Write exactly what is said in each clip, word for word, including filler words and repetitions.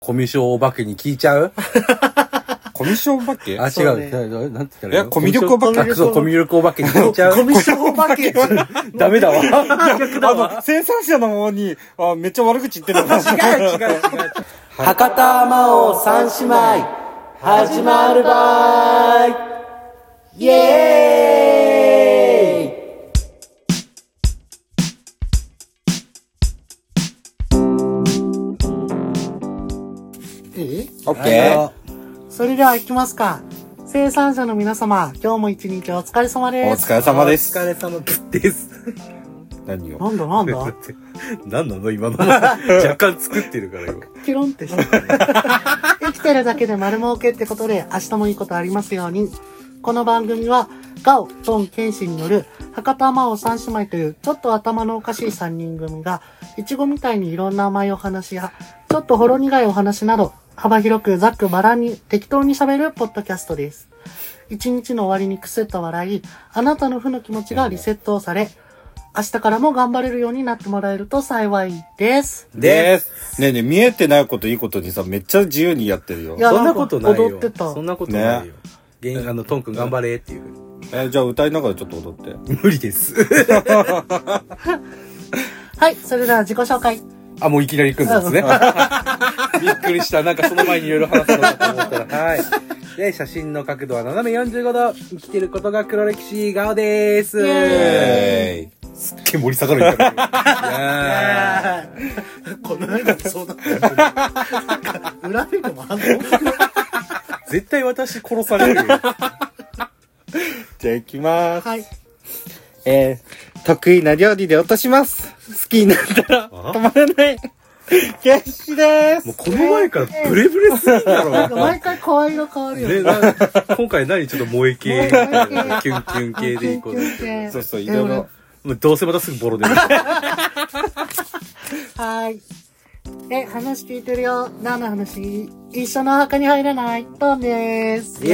コミュ障お化けに聞いちゃうコミュ障お化けあ、違う。ね、なんて言ったらいいの？ いや、コミュ力お化け。 そう、コミュ力お化けに聞いちゃう。 コミュ障お化けダメだわ。 逆だわ。あの、生産者の方に、あ、めっちゃ悪口言ってるの。 違う違う違う。 博多魔王三姉妹、始まるばーい。イエーイ。いい？ オッケー。 それでは行きますか。生産者の皆様、今日も一日お疲れ様です。 お疲れ様です。 お疲れ様です。何をなんだなんだ何なの今の。若干作ってるから今。 キロンってして生きてるだけで丸儲けってことで、明日もいいことありますように。この番組は、ガオ、トン、ケンシによる、博多魔王三姉妹という、ちょっと頭のおかしい三人組が、いちごみたいにいろんな甘いお話や、ちょっとほろ苦いお話など、幅広くざっくばらんに適当に喋るポッドキャストです。一日の終わりにくすっと笑い、あなたの負の気持ちがリセットをされ、明日からも頑張れるようになってもらえると幸いです。 です。ねえねえ、見えてないこといいことにさ、めっちゃ自由にやってるよ。 いやそんなことないよ。 踊ってた。 そんなことないよ。ね、あの、トン君頑張れっていう。 えー、じゃあ歌いながらちょっと踊って。 無理です。 はい、それでは自己紹介。 あ、もういきなり行くんですね。びっくりした。なんかその前にいろいろ話すのかと思ったら。はい。で、写真の角度は斜めよんじゅうごど。生きてることが黒歴史顔でーす。イエーイ。 すっげえ盛り下がるんだけど。 この間そうだったよ。裏目でもあんの絶対私殺されるよ。 じゃあ行きまーす。 はい。 えー、得意な料理で落とします。好きになったら止まらない。ケッシです。 もうこの前からブレブレすぎんだろ。 なんか毎回顔色変わるよね。 ね、今回何ちょっと萌え系、キュンキュン系でいこう。 そうそう、いろいろ。 もうどうせまたすぐボロ出る。 はい。え、話聞いてるよ。何の話？一緒のお墓に入れないトンでーす。 イ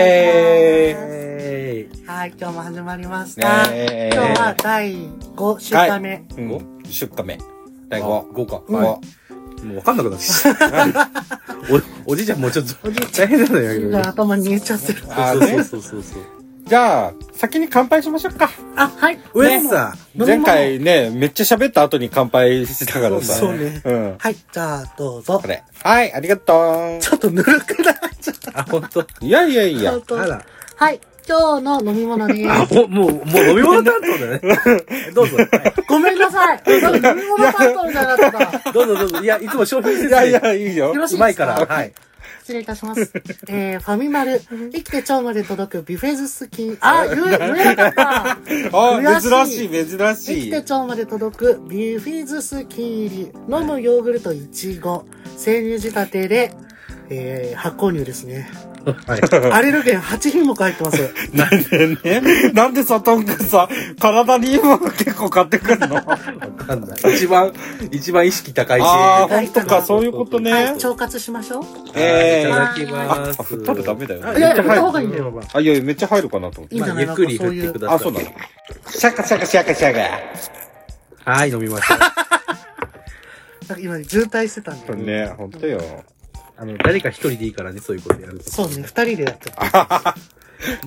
エーイ。 はい、今日も始まりました。今日はだいご出荷目。 ご出荷目。だいご。 ごか。 ご。 もうわかんなくなってきた。お、おじいちゃんもうちょっと大変なんだよ。 今頭に入れちゃってる。 あ、 そうそうそうそう。 じゃあ、先に乾杯しましょうか。 あ、はい。 ウエスさん。前回ね、めっちゃ喋った後に乾杯したからさ。 そうね。 うん。 はい、じゃあ、どうぞ。 これ。はい、ありがとう。 ちょっとぬるくなっちゃった。 あ、ほんと。 いやいやいや。 あら。 はい、今日の飲み物です。 あ、もう、もう、もう飲み物担当だね。どうぞ。 ごめんなさい。飲み物担当じゃなかった。 どうぞどうぞ。いや、いつも商品説明。 いやいや、いいよ。 よろしいですか？ うまいから。はい。 失礼いたします。えー、ファミマル、生きて腸まで届くビフェズスキン、あ、言え、言えなかった。 あ、珍しい、珍しい。 生きて腸まで届くビフェズスキン入り、飲むヨーグルトいちご、生乳仕立てで、えー、発酵乳ですね。 はい。 アレルゲンはちひんもく入ってます。 なんでね、なんでさ、トンくんさ、体にいいもの結構買ってくんの？わかんない。一番、一番意識高い系。 ああ、ほんとか、そういうことね。 はい、腸活しましょう。 えー、いただきます。 あ、振ったらダメだよ。 いや、振った方がいいんだよ。 あ、いや、めっちゃ入るかなと思って。 いいんじゃない？ ゆっくり振ってください。 あ、そうなの。シャカシャカシャカシャカ。 はい、飲みました。 今、渋滞してたんだよね。ほんとよ。 あの、誰か一人でいいからね、そういうことやると。 そうね、二人でやっちゃった。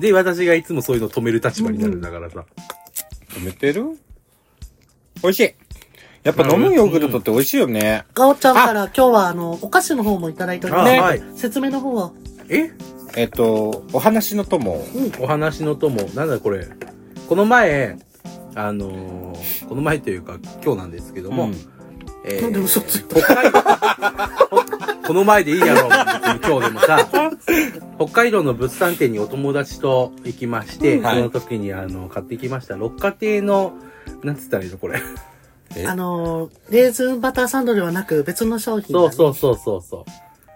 で、私がいつもそういうの止める立場になるんだからさ。 止めてる？美味しい。やっぱ飲むヨーグルトって美味しいよね。 ガオちゃんから今日はあの、お菓子の方もいただいておりますね。はい。説明の方はええっと、お話の友。 うん。お話の友。なんだこれ。この前、あのー、この前というか今日なんですけども、うん、 えー、なんで嘘ついた？ 北海道この前でいいやろ、今日でもさ、北海道の物産展にお友達と行きまして、うん、その時にあの、買ってきました、六花亭の、なんつったらいいのこれ。 あのー、レーズンバターサンドではなく別の商品、 ね。そうそうそうそうそう。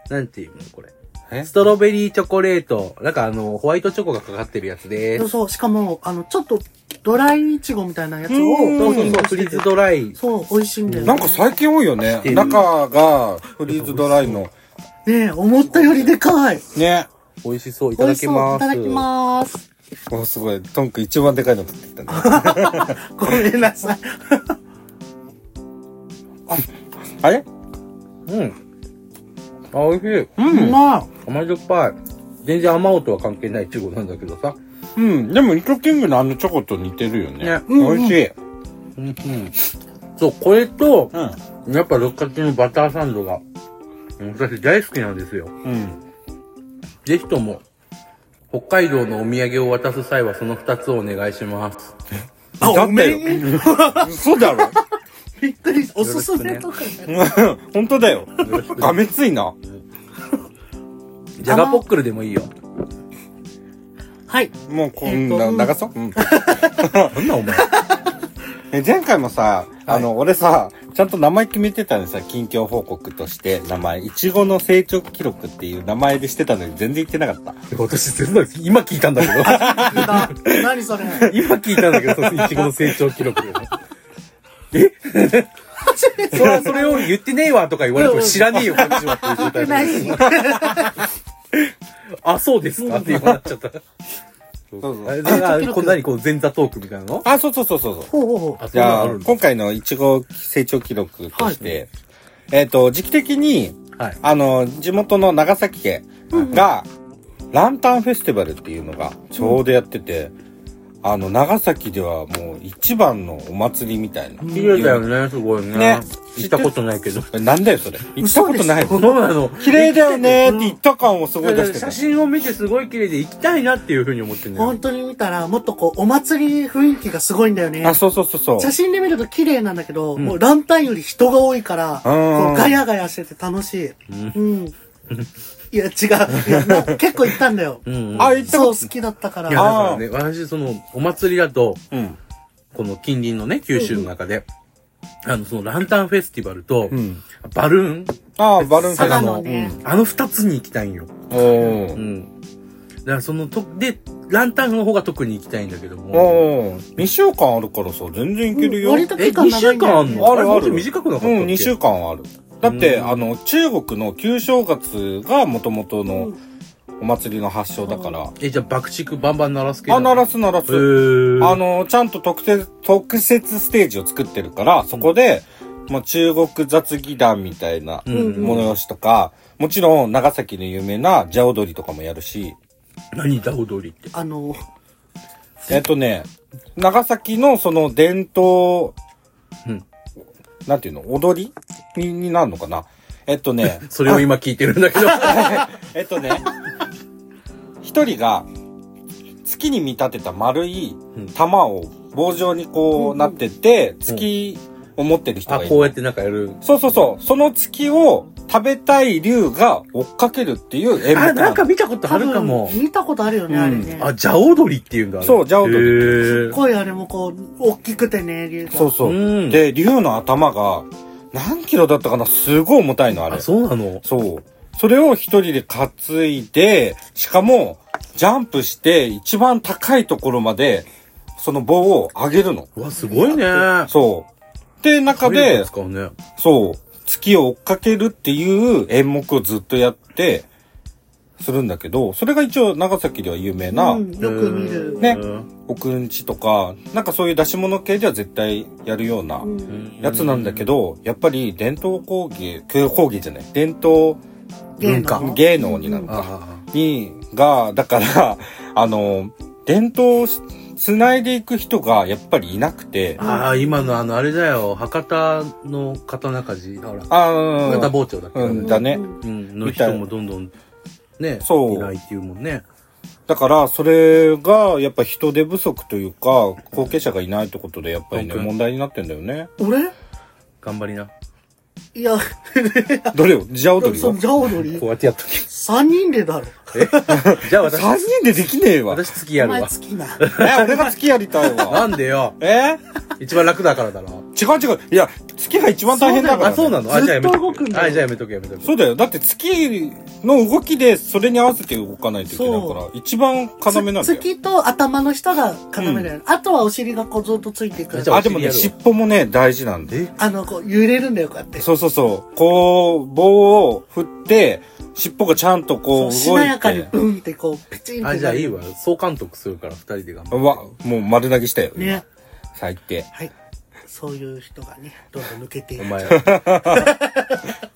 なんていうのこれ。ストロベリーチョコレート。なんかあの、ホワイトチョコがかかってるやつです。 そうそう。しかも、あの、ちょっと、ドライイチゴみたいなやつを、 そうそうそう、フリーズドライ。 そう、美味しいんだよね。 なんか最近多いよね。中がフリーズドライの。 ねえ、思ったよりでかい。 ね。 美味しそう。いただきます。 いただきます。 お、すごい。トンク一番でかいの取ってきたね。 ごめんなさい。 あ、あれ？ うん。 あ、美味しい。 うまい。 甘じょっぱい。全然甘おとは関係ないイチゴなんだけどさ。 うん。でも、イトキングのあのチョコと似てるよね。 ね美味しい。 うんうん。そう、これと、 うん。 やっぱ六花亭のバターサンドが、私大好きなんですよ。 うん。 ぜひとも、北海道のお土産を渡す際はその二つをお願いします。 あ、 だっておめえに嘘だろびっくり。おすすめとかね。 本当だよ。 よろしくがめついな。 ジャガポックルでもいいよ。 はい。 もうこえっとんな、流そう。うん。 なんなんお前。 え、前回もさ、あの、俺さ、ちゃんと名前決めてたのさ、近況報告として、名前、いちごの成長記録っていう名前でしてたのに全然言ってなかった。 私全然、今聞いたんだけど。 何それ。 今聞いたんだけど、そのイチゴの成長記録で。えそれはそれを言ってねえわとか言われても知らねえよ、こっちはっていう状態ないし。 で。あ、そうですかって言われちゃった。 そうそうあれだこんなにこう前座トークみたいなのあ、そうそうそうそうそう。 ほうほうほう。 あ、そじゃあんなのあるん、だ。 今回のいちご成長記録として、えっと、時期的に、 はい。 あの、地元の長崎県が、ランタンフェスティバルっていうのがちょうどやってて、あの、長崎ではもう一番のお祭りみたいな。 綺麗だよね、すごいね。 ね行ったことないけど。 なんだよ、それ。行ったことない。 そうなの。 綺麗だよねーって言った感をすごい出してた写。真を見てすごい綺麗で行きたいなっていうふうに思ってるんだよ。 本当に見たら、もっとこう、お祭り雰囲気がすごいんだよね。 あ、そうそうそうそう。 写真で見ると綺麗なんだけど、もうランタンより人が多いから、こうガヤガヤしてて楽しい。うん。いや、違う。いやな結構行ったんだよ。 うん。 あ、行ったそう、 こ好きだったから。 いや、だからね、私、その、お祭りだと、 と。うん。 この近隣のね、九州の中で、あの、そのランタンフェスティバルと、 うん。 バルーン、 ああ、バルーンフェ佐賀スのね。 あの二つに行きたいんよ。 おうー。 ん。だからその、と、で、ランタンの方が特に行きたいんだけども。 おー。にしゅうかんあるからさ、全然いけるよ。 え、 割と期間にしゅうかんあんねのあるあるもっと短くなかったっけうん、にしゅうかんある。だって、 うんあの、中国の旧正月が元々のお祭りの発祥だから。 え、じゃあ爆竹バンバン鳴らすけど。 あ、鳴らす鳴らす。 へー。 あの、ちゃんと特設、特設ステージを作ってるから、そこで、まあ、中国雑技団みたいなうん催しとか、もちろん長崎の有名なジャ踊りとかもやるし、 何だ踊りって。 あの、 えっとね、長崎のその伝統、 うんなんていうの踊りにになるのかなえっとね、 それを今聞いてるんだけど。 えっとね、一人が月に見立てた丸い玉を棒状にこうなってて、月を持ってる人あ、 がいる。 こうやってなんかやる。 そうそうそう。その月を食べたい竜が追っかけるっていう演目あ、なんかの見たことあるかも。 見たことあるよね、 うんあれね。 あ、じゃ踊りっていうんだ。あれそうじゃ踊りへすっーごいあれもこう、大きくてね、竜が。 そうそう。 うんで、竜の頭が何キロだったかなすごい重たいの、あれ。 あ、そうなのそう。それを一人で担いで、しかも、ジャンプして一番高いところまで、その棒を上げるの。 うわ、すごいね。 そう。で、中で体力、使うね。 そう、月を追っかけるっていう演目をずっとやって、するんだけど、それが一応長崎では有名な、 うん、よく見る。 ねうんおくんちとか、なんかそういう出し物系では絶対やるようなうんやつなんだけど、やっぱり伝統工芸、工芸じゃない、伝統芸能文化、芸能になるのか。 あに、が、だから、あの、伝統を繋いでいく人がやっぱりいなくて、 ああ、今のあの、あれだよ。博多の刀鍛冶。ほら。 あ博多ー包丁だっけどうんだね。 うん。の人もどんどん、ね。 そういないっていうもんね。 だから、それが、やっぱ人手不足というか、後継者がいないってことで、やっぱりね、 うん問題になってんだよね。 俺頑張りな。 いや、 どれをじゃあ踊りをそう、じゃあ踊りこうやってやっとき。 三人でだろ。 じゃあ私、 三人でできねえわ。 私月やお前るわ。 好きな。 え、俺が月やりたいわ。 なんでよ。 え一番楽だからだろ。 違う違う。いや、月が一番大変だから、 あ、そうなのあ、じゃあやめずっとく。 と動くんだよあ、じゃあやめとくやめとく。 そうだよ。だって月の動きでそれに合わせて動かないといけないから、一番要なんだよ。 月と頭の下が要だよ。あとはお尻がこうずっとついていくじゃあ、でもね、尻尾もね、大事なんで。 えあの、こう揺れるんだよ、こうやって。 そうそうそう。こう、棒を振って、尻尾がちゃんとこうそう動いて。 しなやかにブンってこう、ペチンって。 あ、じゃあいいわ。総監督するから二人で頑張うわ、もう丸投げしたよ。 ね。 最低。 はい。そういう人がね、どんどん抜けている。 く。 お前。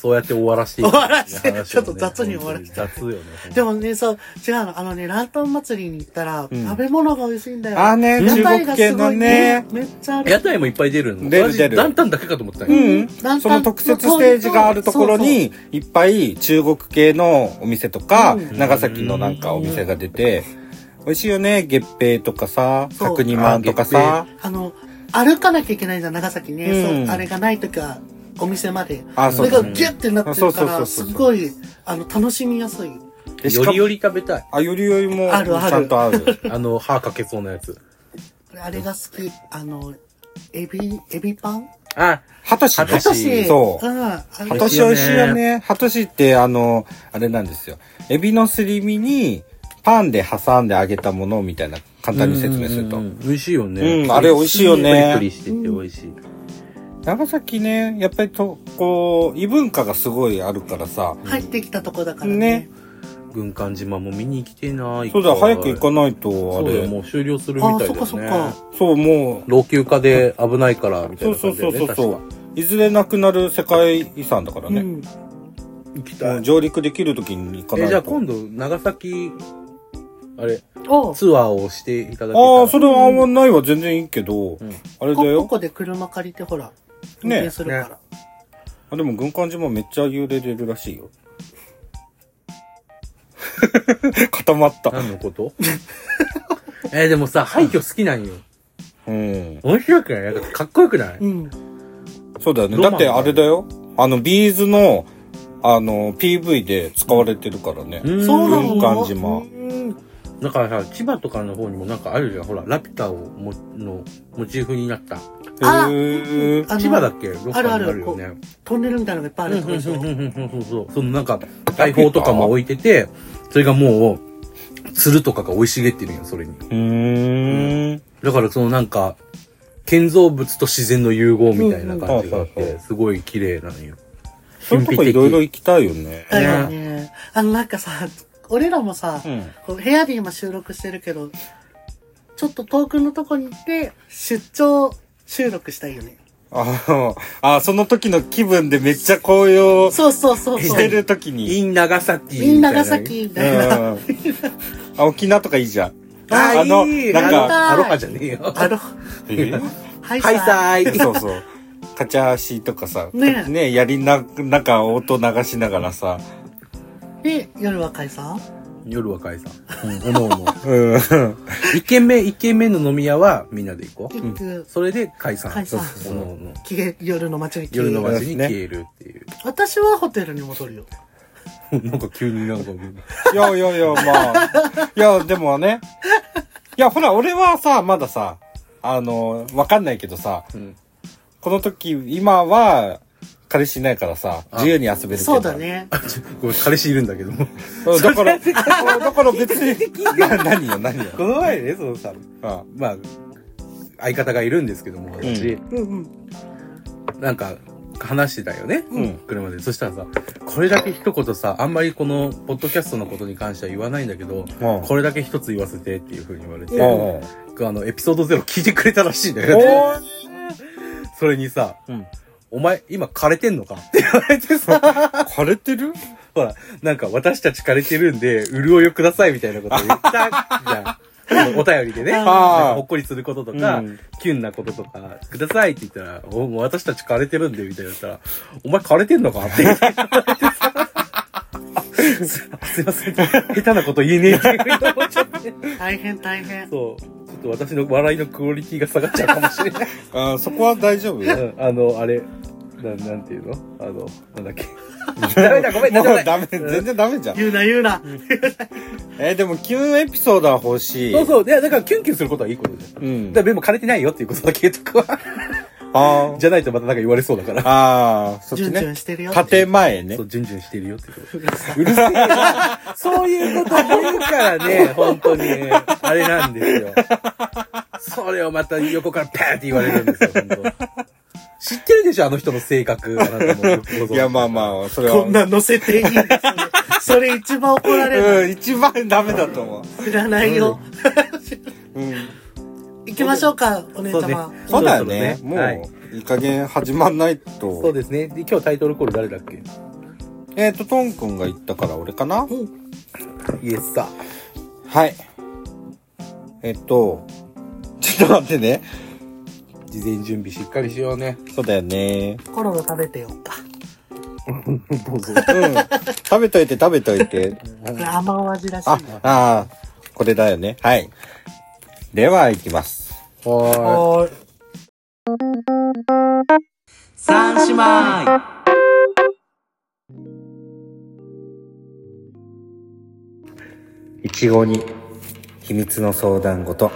そうやって終わらしていく、 終わらしてちょっと雑に終わらして雑よね。 でもね、そう、違うの。あのね、ランタン祭りに行ったら、 ん食べ物が美味しいんだよ。 あーね屋台中国系のがすごいねめっちゃある。 屋台もいっぱい出るの。 出る出るランタンだけかと思ってたよ。 うん。 ランタンその特設ステージがあるところに、いっぱい中国系のお店とか、 うん長崎のなんかお店が出て、美味しいよね。月餅とかさ、 そう角煮まんとかさ。 あの、歩かなきゃいけないじゃん、長崎ね。 うんそう、あれがないときは、お店まで。 あ、 そそうだね。 れがギュッてなってるそうから、 そうそうそうすごい、あの、楽しみやすい。 でしかもよりより食べたい。 あ、よりよりも、ちあるあるゃんとある。 あの、歯かけそうなやつ。 あれが好き。あの、エビ、エビパンあ、 ハトシね。 ハトシそう。 うん。あハれトシ美味しいよね。ハトシって、あの、あれなんですよ。エビのすり身に、パンで挟んで揚げたものみたいな、簡単に説明すると。 うん美味しいよね。 うんあれ美味しいよねプリプリしてて美味しい。 長崎ね、やっぱりと、こう、異文化がすごいあるからさ。 入ってきたとこだからね。 ね。 軍艦島も見に行きてえな。 そうだ、早く行かないと、あそうだよ、 れ。 もう終了するみたいだよね。 あ、そっかそっか。 そう、もう、 老朽化で危ないから、みたいそうそうな感じだよね、 そうそうそう確か。 いずれなくなる世界遺産だからね。 うん。 行きたい。 もう上陸できる時に行かないと。 え、じゃあ今度、長崎、あれ、 おツアーをしていただけたら。 ああ、それはあんまないは全然いいけど、 うんあれだよ。 こここで車借りて、ほら、運転するから。 ねあでも軍艦島めっちゃ揺れれるらしいよ。固まった。 何のことえーでもさ、廃墟好きなんよ。 うん。 面白くないなんかかっこよくないうん。 そうだよね。 ロマンだってあれだよ。あの、ビーズの、あの、ピーブイ で使われてるからね。 うんそうなの軍艦島うんだからさ、千葉とかの方にもなんかあるじゃん。ほら、ラピュタをも、の、モチーフになった。 あへー。 あの千葉だっけどっかにあるあるあるよね。 トンネルみたいなのがいっぱいあるとこでしょ。 そうそう。そのなんか、大砲とかも置いてて、それがもう、鶴とかが生い茂ってるんよ、それに。 うーん。 だからそのなんか、建造物と自然の融合みたいな感じがあっうんうんて、すごい綺麗なのよ。 そういうとこいろいろ行きたいよね。 だよね。あの、なんかさ、俺らもさ、 うん。 こう部屋で今収録してるけど、ちょっと遠くのとこに行って、出張収録したいよね。 ああ、その時の気分でめっちゃ紅葉そうそうそうそう。 してる時に。 in 長崎。 みんな長崎みたいな。 うん。あ、沖縄とかいいじゃん。 あ、 あのいいなんかアロハじゃねえよ。 あの、 えはいハイサイ。 そうそう。カチャーシとかさ、 ねねやりな、なんか音流しながらさ。 で、夜は解散夜は解散。うん、おのおの。 うん。 一軒目、一軒目の飲み屋はみんなで行こう。 結局、 それで解散。 解散おのおの。 消え、夜の街に消える。 夜の街に消えるっていう。 私はホテルに戻るよ。 なんか急になんか、 いやいやいや、まあ。いや、でもね。いや、ほら、俺はさ、まださ、あの、わかんないけどさ、 うんこの時、今は、彼氏いないからさ、自由に遊べるけど。 そうだ。ね。 ごめん、彼氏いるんだけども。 うんだから、だから別に、な何よ、何よ。 この前ね、そのさ、 あまあ、相方がいるんですけども、私、 うんうん。 なんか、話してたよね。 うん車で。そしたらさ、これだけ一言さ、あんまりこの、ポッドキャストのことに関しては言わないんだけど、 うんこれだけ一つ言わせてっていう風に言われて、 うんあの、エピソードゼロ聞いてくれたらしいんだよね。 おーそれにさ、 うんお前、今枯れてんのかって言われてさ、 枯れてるほら、なんか私たち枯れてるんで、潤いをくださいみたいなことを言ったじゃん。お便りでね。なんかほっこりすることとか、 うんキュンなこととか、くださいって言ったら、おもう私たち枯れてるんで、みたいな言ったら、お前枯れてんのかって言われてさすすいません。下手なこと言えねえっていうふうに思っちゃって。 大変大変。 そう。ちょっと私の笑いのクオリティが下がっちゃうかもしれない。 あそこは大丈夫よ。 うんあの、あれ、ななんていうのあの、なんだっけ。ダメだ、ごめん、 もなんでもないうダメ、全然ダメじゃん。 言うな言うな。 えーでも、キュンエピソードは欲しい。 そうそう。いや、だからキュンキュンすることはいいことじゃん。 うん。 だからでも枯れてないよっていうことだけ言っとくわ。 あーじゃないとまたなんか言われそうだから。 あー、そっち順々 ね。 してるよって。 建前ねそ。う、順々してるよってこと。うるせえな。そういうこと言うからね、本当に、あれなんですよ。それをまた横からパーって言われるんですよ、本当。知ってるでしょ、あの人の性格。あなたもご存知いや、まあまあ、それは。 こんな乗せていいんですね。それ一番怒られる。 うん、一番ダメだと思う。 知らないよ。 うん。 行きましょうか、お姉そうね様。 そうだよそろね。もそろねはう、いい加減始まんないと。 そうですね。で、今日タイトルコール誰だっけえっ、ー、と、トンくんが言ったから俺かな、うん、 イエスさ。 はい。えっ、ー、と、ちょっと待ってね。 事前準備しっかりしようね。 そうだよね。 コロナ食べてよっか。 どうぞ。うん。食べといて食べといて。 甘お味らしい。 あ、あー、これだよね。はい。では、いきます。 はーい。三姉妹。 いちごに秘密の相談事。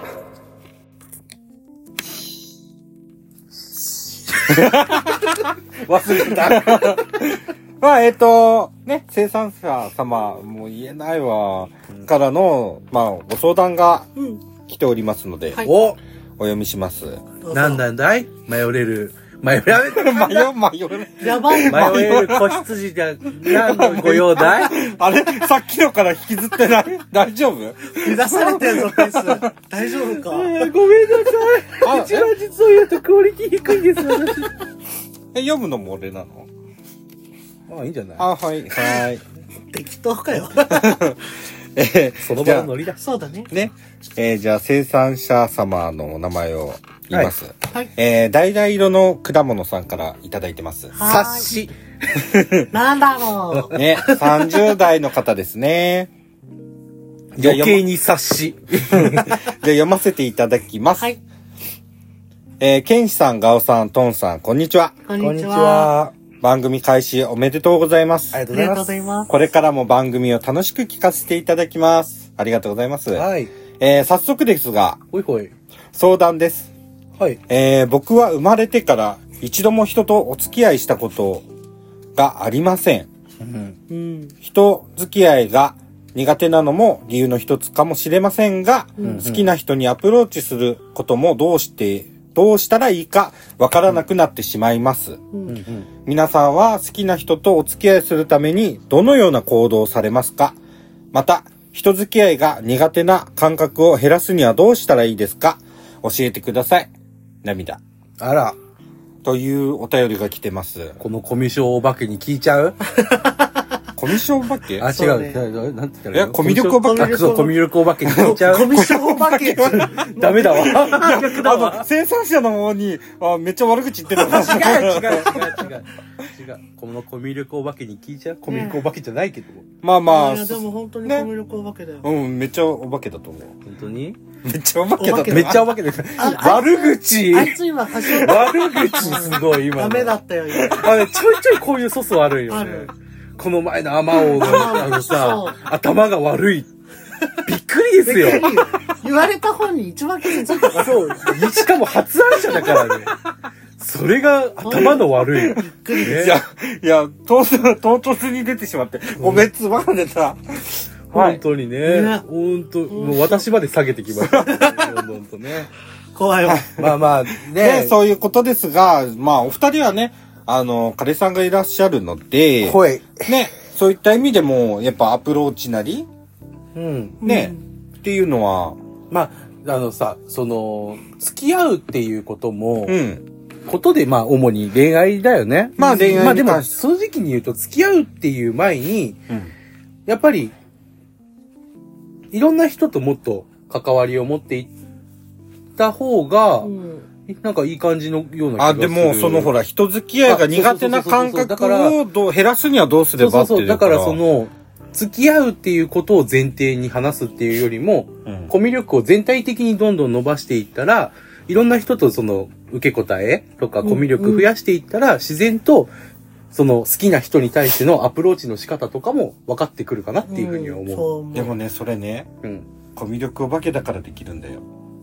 忘れた。まあ、えっ、ー、と、ね、生産者様、もう言えないわ、うん、からの、まあ、ご相談が来ておりますので、 はい、おお読みします。 なんなんだい迷れる。迷れる。 迷う、迷れる。 やばい。 迷える子羊が何のご用だいあれさっきのから引きずってない大丈夫乱されてるぞ、ペース。大丈夫か、 ごめんなさい。うちは実を言うとクオリティ低いです、私。 え、読むのも俺なの？ ああ、いいんじゃない？ あ、はい、はい。 適当かよ。 えー、その場のノリだ。 そうだね。 ね。えー、じゃあ生産者様のお名前を言います。 はい。 えー、橙色の果物さんからいただいてます。 察し。 なんだろう。 ね、さんじゅう代の方ですね。 余計に察し。 じゃあ読ませていただきます。 はい。 えー、ケンシさん、ガオさん、トンさん、こんにちは。 こんにちは。 番組開始おめでとうございます。 ありがとうございます。 これからも番組を楽しく聞かせていただきます。ありがとうございます。 はい。 えー、早速ですが、 ほいほい。 相談です。 はい。 えー、僕は生まれてから一度も人とお付き合いしたことがありません。 うん。 人付き合いが苦手なのも理由の一つかもしれませんが、うん、好きな人にアプローチすることもどうして、どうしたらいいかわからなくなってしまいます、うんうん。皆さんは好きな人とお付き合いするためにどのような行動をされますか？また、人付き合いが苦手な感覚を減らすにはどうしたらいいですか？教えてください。涙。 あら。 というお便りが来てます。 このコミュ障お化けに聞いちゃう？ コミュ障お化け？ あ、違う。ね、なんて言ったらいいの？ いや、コミュ力お化け。 あ、そう、コミュ力お化けに聞いちゃう？ コミュ障お化け。 ダメだわ。 逆だわ。生産者の方に、あ、めっちゃ悪口言ってる。 違う、違う、違う、違う。違う。このコミュ力お化けに聞いちゃう？コミュ力お化けじゃないけど。 まあまあ。 いや、でも本当にコミュ力お化けだよ。 うん、めっちゃお化けだと思う。 本当に？ めっちゃお化けだと思う。 めっちゃお化けだ。悪口。 あいつ今、歌唱。 悪口すごい、今。 ダメだったよ、今。 あれ、ちょいちょいこういう粗相悪いよね。この前のアマオが、あのさ、頭が悪い。びっくりですよ。 言われた本に一番傷ついたから。 そう。しかも発案者だからね。それが頭の悪い。びっくりです。いや、いや、唐突に出てしまって、ごめん、つばが出た。 本当にね。本当、もう私まで下げてきました。本当ね。 怖いわ。 まあまあ、 ね。そういうことですが、まあ、お二人はね、あの、彼さんがいらっしゃるので、 はい。 ね、そういった意味でも、やっぱアプローチなり、 うん。 ね、うん、っていうのは、 まあ、あのさ、その、付き合うっていうことも、 うん。 ことで、まあ、主に恋愛だよね。 まあ、恋愛まあ、でも、正直に言うと、付き合うっていう前に、うん、やっぱり、いろんな人ともっと関わりを持っていった方が、うん、なんかいい感じのような気がする。 あ、でも、そのほら、人付き合いが苦手な感覚をどう減らすにはどうすればっていう。そうそうそう。 だからその、付き合うっていうことを前提に話すっていうよりも、うん、コミュ力を全体的にどんどん伸ばしていったら、いろんな人とその、受け答えとかコミュ力増やしていったら、自然と、その好きな人に対してのアプローチの仕方とかも分かってくるかなっていうふうには思う。うん、 そうでもね、それね、うん、コミュ力お化けだからできるんだよ。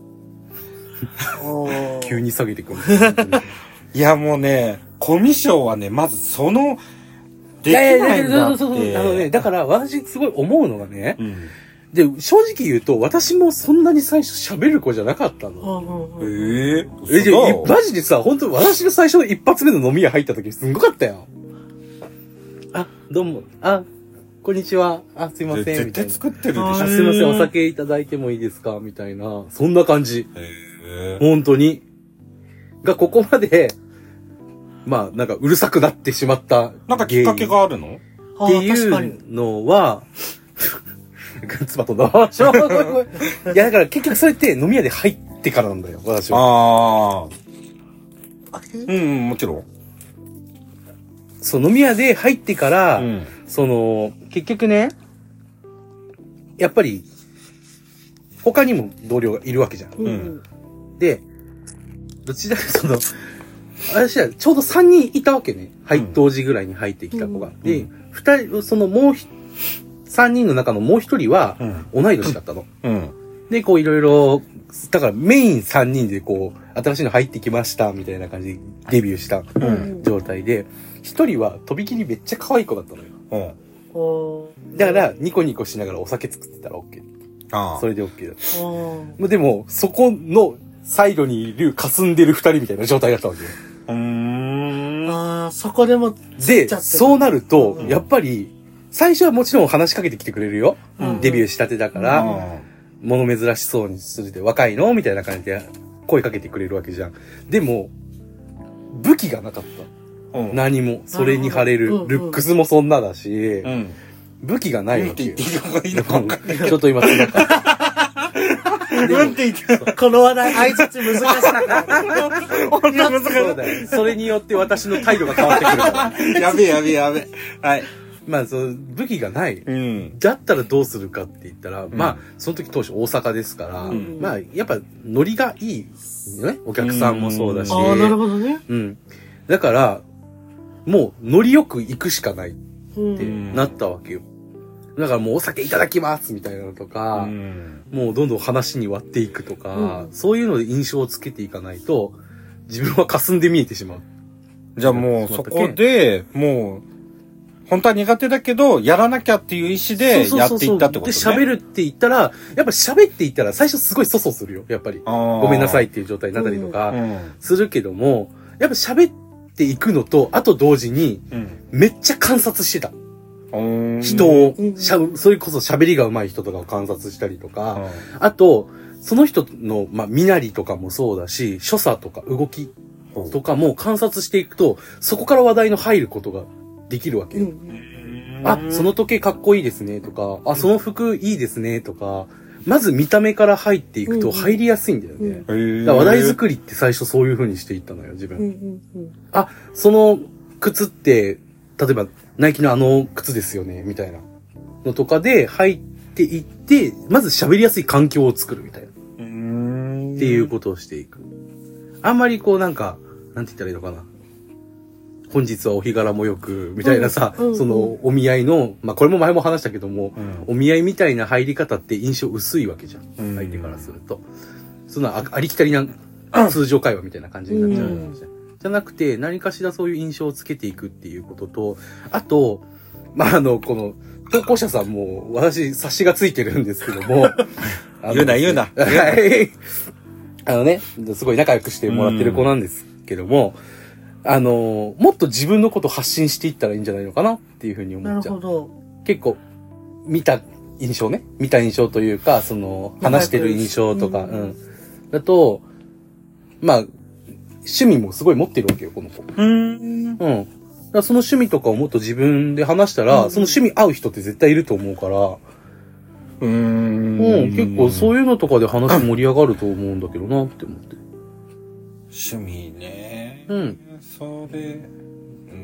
急に下げてくる。 いやもうね、コミュ障はね、まずその、できないんだって。そうそうそう。 あのね、だから私すごい思うのがね、うん、で、正直言うと、私もそんなに最初喋る子じゃなかったの。 えー、 えじゃあ、マジでさ、本当私が最初の一発目の飲み屋入った時すんごかったよ。あ、どうも、あ、こんにちは。あ、すいません。 絶対作ってるでしょ。 あ、すいません。お酒いただいてもいいですかみたいな。そんな感じ。 へー、 本当に。が、ここまで、まあ、なんかうるさくなってしまった。 なんかきっかけがあるの？ っていうのは、つば飛んだ。いや、だから結局それって飲み屋で入ってからなんだよ、私は。 ああ。うん、もちろん。 そう、飲み屋で入ってから、 うん、その、結局ね、やっぱり、他にも同僚がいるわけじゃん。 うん、 で、どちらかその、私はちょうどさんにんいたわけね。はい、うん、同時ぐらいに入ってきた子が。うん、で、二人、そのもうさんにんの中のもう一人は、同い年だったの。うんうん、で、こういろいろ、だからメインさんにんでこう、新しいの入ってきました、みたいな感じでデビューした状態で、一、うん、人はとびきりめっちゃ可愛い子だったのよ。うん、だから、ニコニコしながらお酒作ってたら OK。ああそれで OK だった。でも、そこのサイドにいる霞んでる二人みたいな状態だったわけよ。 うーん。ああ、そこでもで、そうなると、うん、やっぱり、最初はもちろん話しかけてきてくれるよ。うん、デビューしたてだから、うん、物珍しそうにするで、若いのみたいな感じで声かけてくれるわけじゃん。でも、武器がなかった。うん、何も。それに貼れる。ルックスもそんなだし、うん、武器がないわけよ。ちょっと今、つらかった。 なんて言って、この話題、相づち難しかった。 本当難しかった。それによって私の態度が変わってくるから。 やべえやべえやべえ。はい。 まあ、そう、武器がない。うん、だったらどうするかって言ったら、うん、まあ、その時当初大阪ですから、うん、まあ、やっぱ、ノリがいい。ね。お客さんもそうだし。 ああ、なるほどね。 うん。だから、もう、ノリよく行くしかないってなったわけよ。だからもうお酒いただきますみたいなのとか、うん、もうどんどん話に割っていくとか、うん、そういうので印象をつけていかないと、自分は霞んで見えてしまう。 じゃあもうそこで、もう、本当は苦手だけど、やらなきゃっていう意思でやっていったってことね。 で、喋るって言ったら、やっぱ喋って言ったら最初すごい粗相するよ、やっぱり。ごめんなさいっていう状態になったりとか、するけども、やっぱ喋っていくのと、あと同時に、めっちゃ観察してた。人を、しゃ、それこそ喋りが上手い人とかを観察したりとか、あと、その人の、まあ、身なりとかもそうだし、所作とか動きとかも観察していくと、そこから話題の入ることができるわけよ。あ、その時計かっこいいですねとか、あ、その服いいですねとか、まず見た目から入っていくと入りやすいんだよね。だから話題作りって最初そういう風にしていったのよ、自分。あ、その靴って、例えば、ナイキのあの靴ですよね、みたいなのとかで入っていって、まず喋りやすい環境を作るみたいな。うーんっていうことをしていく。あんまりこうなんか、なんて言ったらいいのかな。本日はお日柄もよく、みたいなさ、うんうんうん、そのお見合いの、まあこれも前も話したけども、うん、お見合いみたいな入り方って印象薄いわけじゃん。うん、相手からすると。そんなあ、ありきたりな通常会話みたいな感じになっちゃうじゃん。うんじゃなくて、何かしらそういう印象をつけていくっていうことと、あと、まあ、あの、この、投稿者さんも、私、察しがついてるんですけども、 言うな、言うな。 はい。あのね、すごい仲良くしてもらってる子なんですけども、あの、もっと自分のことを発信していったらいいんじゃないのかなっていうふうに思っちゃう。なるほど。結構、見た印象ね。見た印象というか、その、話してる印象とか、うん、うん。だと、まあ、趣味もすごい持ってるわけよ、この子。うん。うん。だからその趣味とかをもっと自分で話したら、うん、その趣味合う人って絶対いると思うから、うーん。うん、結構そういうのとかで話盛り上がると思うんだけどなって思って。 趣味ね。うん。それ、うん、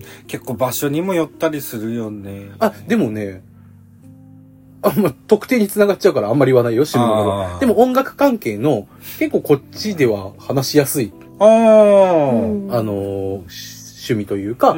結構場所にもよったりするよね。 あ、でもね、あんま特定に繋がっちゃうからあんまり言わないよ、趣味のこと。でも音楽関係の結構こっちでは話しやすい。ああの、趣味というか、うん、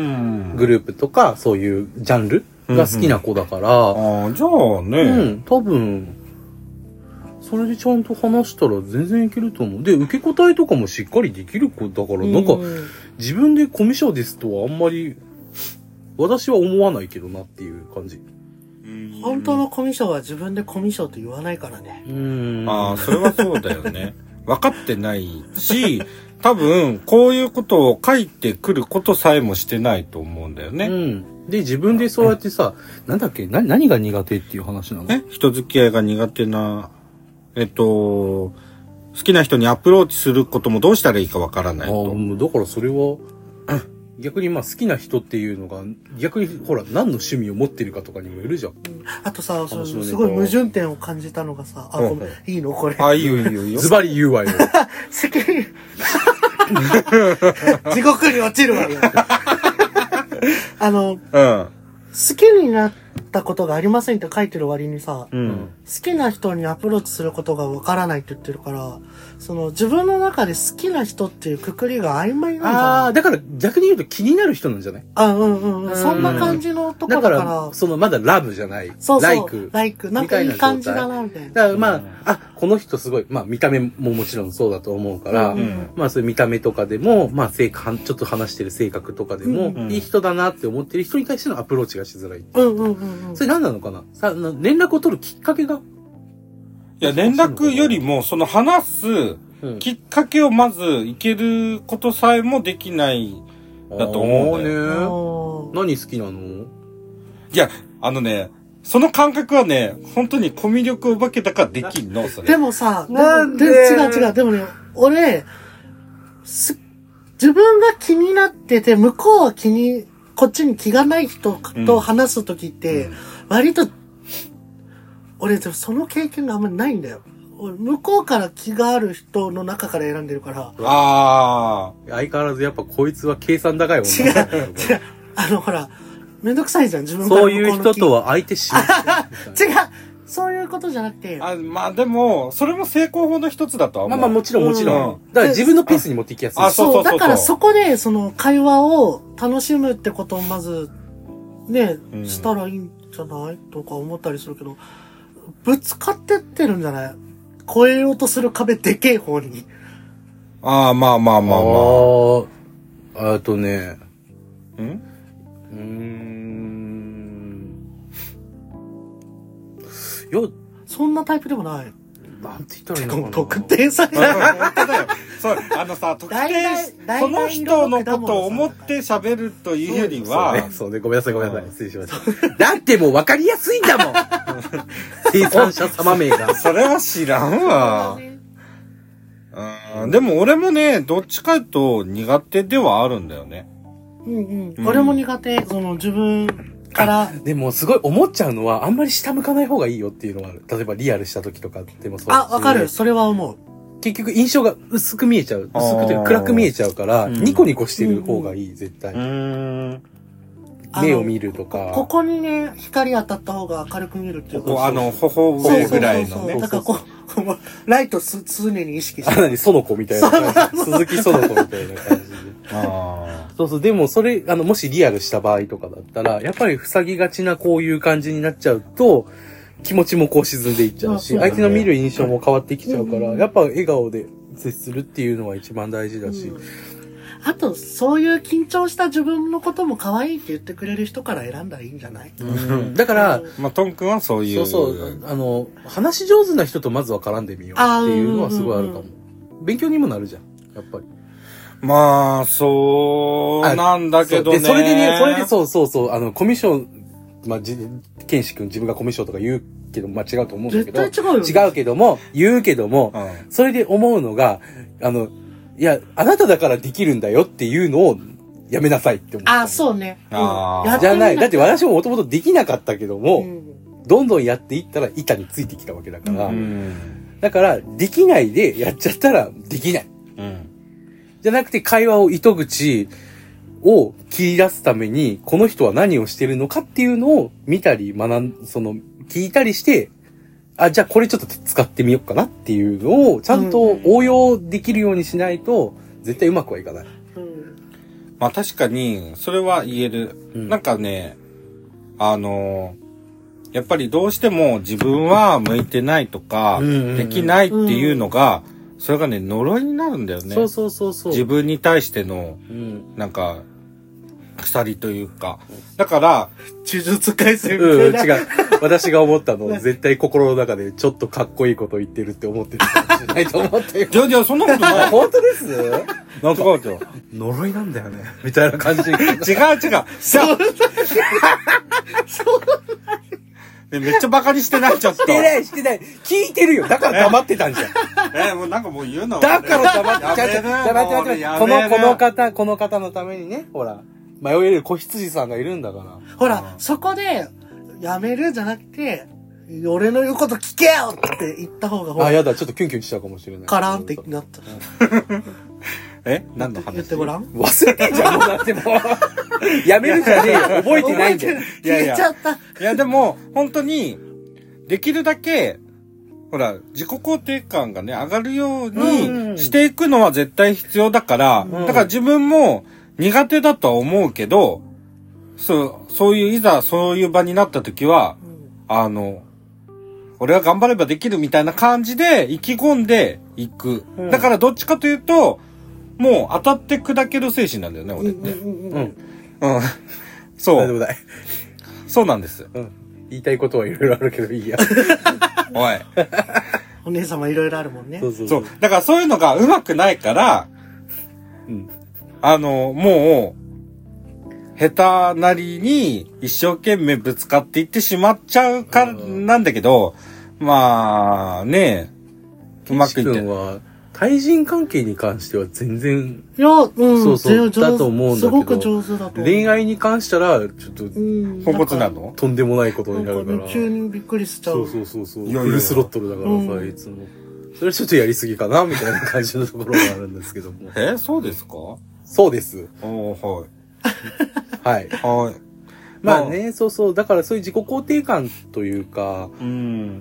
グループとかそういうジャンルが好きな子だから。うんうん、ああ、じゃあね。うん、多分、それでちゃんと話したら全然いけると思う。で、受け答えとかもしっかりできる子だから、なんか、自分でコミュ障ですとはあんまり、私は思わないけどなっていう感じ。 本当のコミュ障は自分でコミュ障と言わないからね。 うん。ああ、それはそうだよね。分かってないし、多分、こういうことを書いてくることさえもしてないと思うんだよね。 うん。で、自分でそうやってさ、なんだっけ、な、何が苦手っていう話なの？ え？人付き合いが苦手な、えっと、好きな人にアプローチすることもどうしたらいいかわからないと。 ああ、だからそれは、 逆にまあ好きな人っていうのが、逆にほら、何の趣味を持ってるかとかにもよるじゃん。 あとさ、そすごい矛盾点を感じたのがさ、あ、ごめん、いいのこれ。 あ、いいよいいよいいよ。 ズバリ言うわよ。 好きに、地獄に落ちるわよ。あの、 うん。 好きになったことがありませんって書いてる割にさ、 うん。 好きな人にアプローチすることがわからないって言ってるから、その自分の中で好きな人っていうくくりが曖昧なんじゃない？ ああ、だから逆に言うと気になる人なんじゃない？ あ、うんうんうん。そんな感じのとこだかだから。 ら、そのまだラブじゃない。 そうそう。 ライク。 ライク。なんかいい感じだな、みたいな。 だからまあ、あ、この人すごい、まあ見た目ももちろんそうだと思うから、 うんうんまあそういう見た目とかでも、まあ性格、ちょっと話してる性格とかでも、 うんうんいい人だなって思ってる人に対してのアプローチがしづらい。 うんうんうんうん。 それ何なのかなさ、連絡を取るきっかけがいや、連絡よりも、その話すうんきっかけをまずいけることさえもできないだと思うんだよ。 あーね。 おー何好きなの？ いや、あのね、その感覚はね、本当にコミュ力を化けたからできんの、それ。 でもさ、でもなんでで違う違う。でもね、俺、す、自分が気になってて、向こうは気に、こっちに気がない人と話すときって、割と、俺、でもその経験があんまりないんだよ。俺向こうから気がある人の中から選んでるから。 あ相変わらずやっぱこいつは計算高い女違う、違う。あの、ほら、めんどくさいじゃん、自分からそういう人とは相手しない。 違うそういうことじゃなくて。 あ。あ、まあでも、それも成功法の一つだとは思う。 まあまあもちろんもちろん。 うんだから自分のペースに持っていきやすい。 あそうそうそうそうだからそこで、その会話を楽しむってことをまず、ね、 うんしたらいいんじゃないとか思ったりするけど、ぶつかってってるんじゃない超えようとする壁でけえ方に。 ああ、まあまあまあまあ。 ああとね、 うんうーん。いや、 そんなタイプでもない。 なんて言ったらいいのかな。 特定され本ない。 当だよ。そう、あのさ、特大定体、 その人のことを思って喋るというよりそうはね、、そうね、ごめんなさいごめんなさい。失礼しました。だってもう分かりやすいんだもん生産者様名が。 それは知らんわ。うん、でも俺もね、どっちかというと苦手ではあるんだよね。 うんうん。 うん俺も苦手。その自分から。 でもすごい思っちゃうのは、あんまり下向かない方がいいよっていうのはある。例えばリアルした時とかでもそうあ、わかる。それは思う。 結局印象が薄く見えちゃう。薄くてあー暗く見えちゃうから、 うんニコニコしてる方がいい、絶対。 ーん。 目を見るとか。 ここにね、光当たった方が明るく見えるっていうか。 こう、あの、頬上ぐらいのね。 だからこう、こうライトす常に意識してあ、なに、その子みたいな感じ。鈴木その子みたいな感じで。 あそうそう、でもそれ、あの、もしリアルした場合とかだったら、やっぱり塞ぎがちなこういう感じになっちゃうと、気持ちもこう沈んでいっちゃうし、 そう相手の見る印象も変わってきちゃうから、 うんやっぱ笑顔で接するっていうのは一番大事だし。 うんあと、そういう緊張した自分のことも可愛いって言ってくれる人から選んだらいいんじゃない？ うんだから、 うんまあ、トン君はそういう。 そうそう、あの、話し上手な人とまずは絡んでみようっていうのはすごいあるかも。勉強にもなるじゃん、やっぱり。 まあ、そうなんだけどね。 そうで、それでね、それでそうそうそう、あの、コミュ障、まあ、じ、ケンシ君自分がコミュ障とか言うけど、まあ違うと思うんだけど。 絶対違うよね違うけども、言うけども、 うんそれで思うのが、あの、いや、あなただからできるんだよっていうのをやめなさいって思う。 あ、そうね。うんあーやってみじゃない。だって私も、 ももともとできなかったけども、 うんどんどんやっていったら板についてきたわけだから、 うん。 だから、できないでやっちゃったらできない。 うん。 じゃなくて会話を糸口を切り出すために、この人は何をしてるのかっていうのを見たり学ん、その、聞いたりして、あ、じゃあこれちょっと使ってみようかなっていうのをちゃんと応用できるようにしないと、絶対うまくはいかない。 うんまあ確かに、それは言える。 うんなんかね、あの、やっぱりどうしても自分は向いてないとか、 うんうんうんできないっていうのが、それがね、呪いになるんだよね。 そうそうそうそう。 自分に対しての、 うん。 なんか、鎖というか。だから、 呪術改正みうん、 たいな。 違う。私が思ったの、絶対心の中でちょっとかっこいいこと言ってるって思ってるかもしれないと思ったよ。 じゃあじゃあそんなことない。 本当ですなんか、違う違う。 呪いなんだよね。みたいな感じ。 違う違う。じゃあねめっちゃバカにしてない、ちょっと。 してない、してない。聞いてるよ。だから黙ってたんじゃん。 え、もうなんかもう言うのだから黙って、 やめるちゃちゃ、黙って待って待って、この、この方、この方のためにね、ほら、迷える子羊さんがいるんだから。 ほら、そこで、やめるじゃなくて、俺の言うこと聞けよって言った方が、ほら。 あ、やだ、ちょっとキュンキュンしちゃうかもしれない。 カラーンってなった。 え何の話？ 言ってごらん。 忘れてんじゃん、もうだってもう。やめるじゃねえよ。覚えてないんだよ。 いやいや消えちゃった。 いやでも、本当に、できるだけ、ほら、自己肯定感がね、上がるようにしていくのは絶対必要だから、 うん、 だから自分も苦手だとは思うけど、そう、そういう、いざそういう場になった時は、うん、あの、俺は頑張ればできるみたいな感じで意気込んでいく。うん、だからどっちかというと、もう当たって砕ける精神なんだよね、俺って。うん。うん。うん、そう。 大丈夫だい。 そうなんです。 うん。言いたいことはいろいろあるけどいいや。 おい。 お姉様いろいろあるもんね。 そうそうそう。だからそういうのが上手くないから、うん。あの、もう、下手なりに一生懸命ぶつかっていってしまっちゃうからなんだけど、まあ、ねえ、うまくいって。 は対人関係に関しては全然、 いや、うん、 そうそう、だと思うんだけど、 すごく上手だと。 恋愛に関したら、ちょっと、 ポンコツなの？ とんでもないことになるから。 急にびっくりしちゃう。 そうそうそうそう。フルスロットルだからさ、うん、いつも。それちょっとやりすぎかなみたいな感じのところがあるんですけども。 え、そうですか？ そうです。 おー、はい。 はい。 はい。 まあね、そうそう。だからそういう自己肯定感というか、 うん。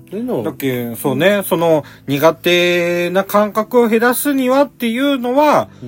そういうのを。 だけそうね、うん、その苦手な感覚を減らすにはっていうのは、うん、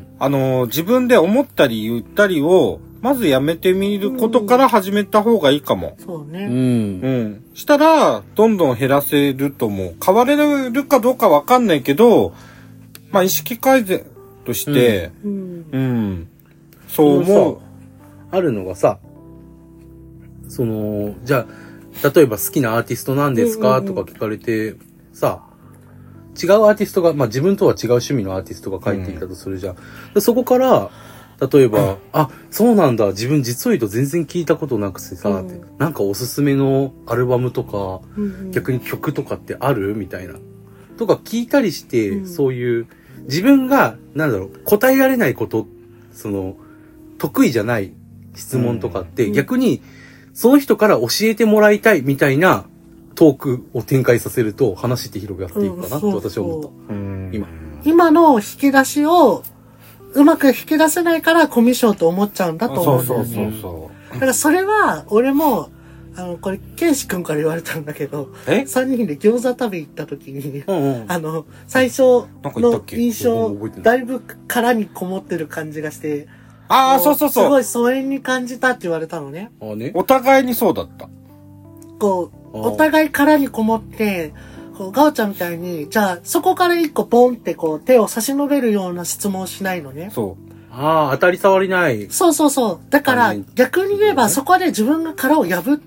あの、自分で思ったり言ったりを、まずやめてみることから始めた方がいいかも。 うん、そうね。 うん。 うん。したら、どんどん減らせると思う。変われるかどうかわかんないけど、まあ意識改善として、うん。うん、そう思う。 あるのがさ、その、じゃあ、例えば好きなアーティストなんですか、うんうんうん、とか聞かれて、さ、違うアーティストが、まあ自分とは違う趣味のアーティストが書いていたとするじゃん。うん、そこから、例えば、うん、あ、そうなんだ、自分実を言うと全然聞いたことなくてさ、うん、なんかおすすめのアルバムとか、うんうん、逆に曲とかってあるみたいな。とか聞いたりして、うん、そういう、自分が、なんだろう、答えられないこと、その、得意じゃない質問とかって、うん、逆に、その人から教えてもらいたいみたいなトークを展開させると話って広がっていくかなって私は思った。うん、今。 今の引き出しをうまく引き出せないからコミュ障と思っちゃうんだと思うんだよね。そうそうそうそう。だからそれは俺も、あの、これ、ケイシ君から言われたんだけど、えさんにんで餃子食べ行った時に、うんうん、あの、最初の印象、だいぶ殻にこもってる感じがして、 ああ、そうそうそう。 すごい疎遠に感じたって言われたのね。 あね。 お互いにそうだった。 こう、お互い殻にこもって、こう、ガオちゃんみたいに、じゃあ、そこから一個ポンってこう、手を差し伸べるような質問をしないのね。 そう。 ああ、当たり障りない。 そうそうそう。だから、逆に言えば、そこで自分が殻を破って、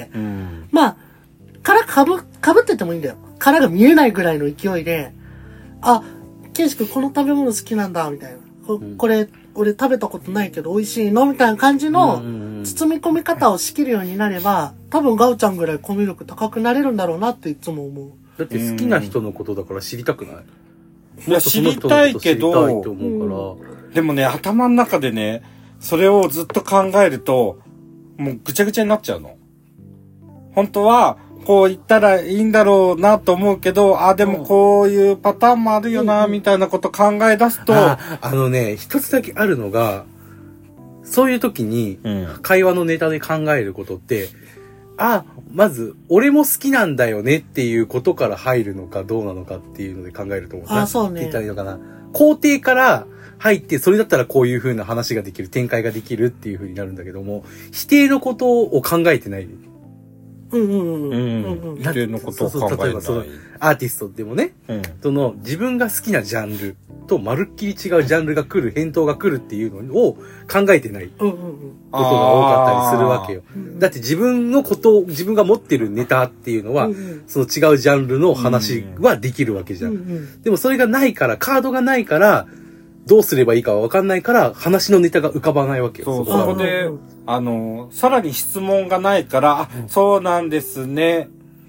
うん、まあ、殻かぶ、かぶっててもいいんだよ。殻が見えないぐらいの勢いで、あ、ケイシ君この食べ物好きなんだ、みたいな。こ, これ、俺食べたことないけど美味しいのみたいな感じの包み込み方を仕切るようになれば、多分ガオちゃんぐらいコミュ力高くなれるんだろうなっていつも思う。 だって好きな人のことだから知りたくない？ いや、知りたいけど、 知りたいと思うから、 うん、でもね、頭の中でね、それをずっと考えると、もうぐちゃぐちゃになっちゃうの。本当は、こう言ったらいいんだろうなと思うけど、あ、でもこういうパターンもあるよな、みたいなこと考え出すと、 あ、あのね、一つだけあるのが、そういう時に、会話のネタで考えることって、うん、あ、まず、俺も好きなんだよねっていうことから入るのかどうなのかっていうので考えると思う。 あ、そうね。 って言ったらいいのかな。肯定から入って、それだったらこういう風な話ができる、展開ができるっていう風になるんだけども、否定のことを考えてない。 うんうんうん。 うん。否定のことを考えない。そうそう、例えばその、 アーティストでもね、うん、その、自分が好きなジャンルとまるっきり違うジャンルが来る、返答が来るっていうのを考えてないことが多かったりするわけよ。だって自分のことを、自分が持ってるネタっていうのは、うんうん、その違うジャンルの話はできるわけじゃん。うんうん、でもそれがないから、カードがないから、どうすればいいかは分かんないから、話のネタが浮かばないわけよ。 そう、そこで、あの、さらに質問がないから、あ、そうなんですね。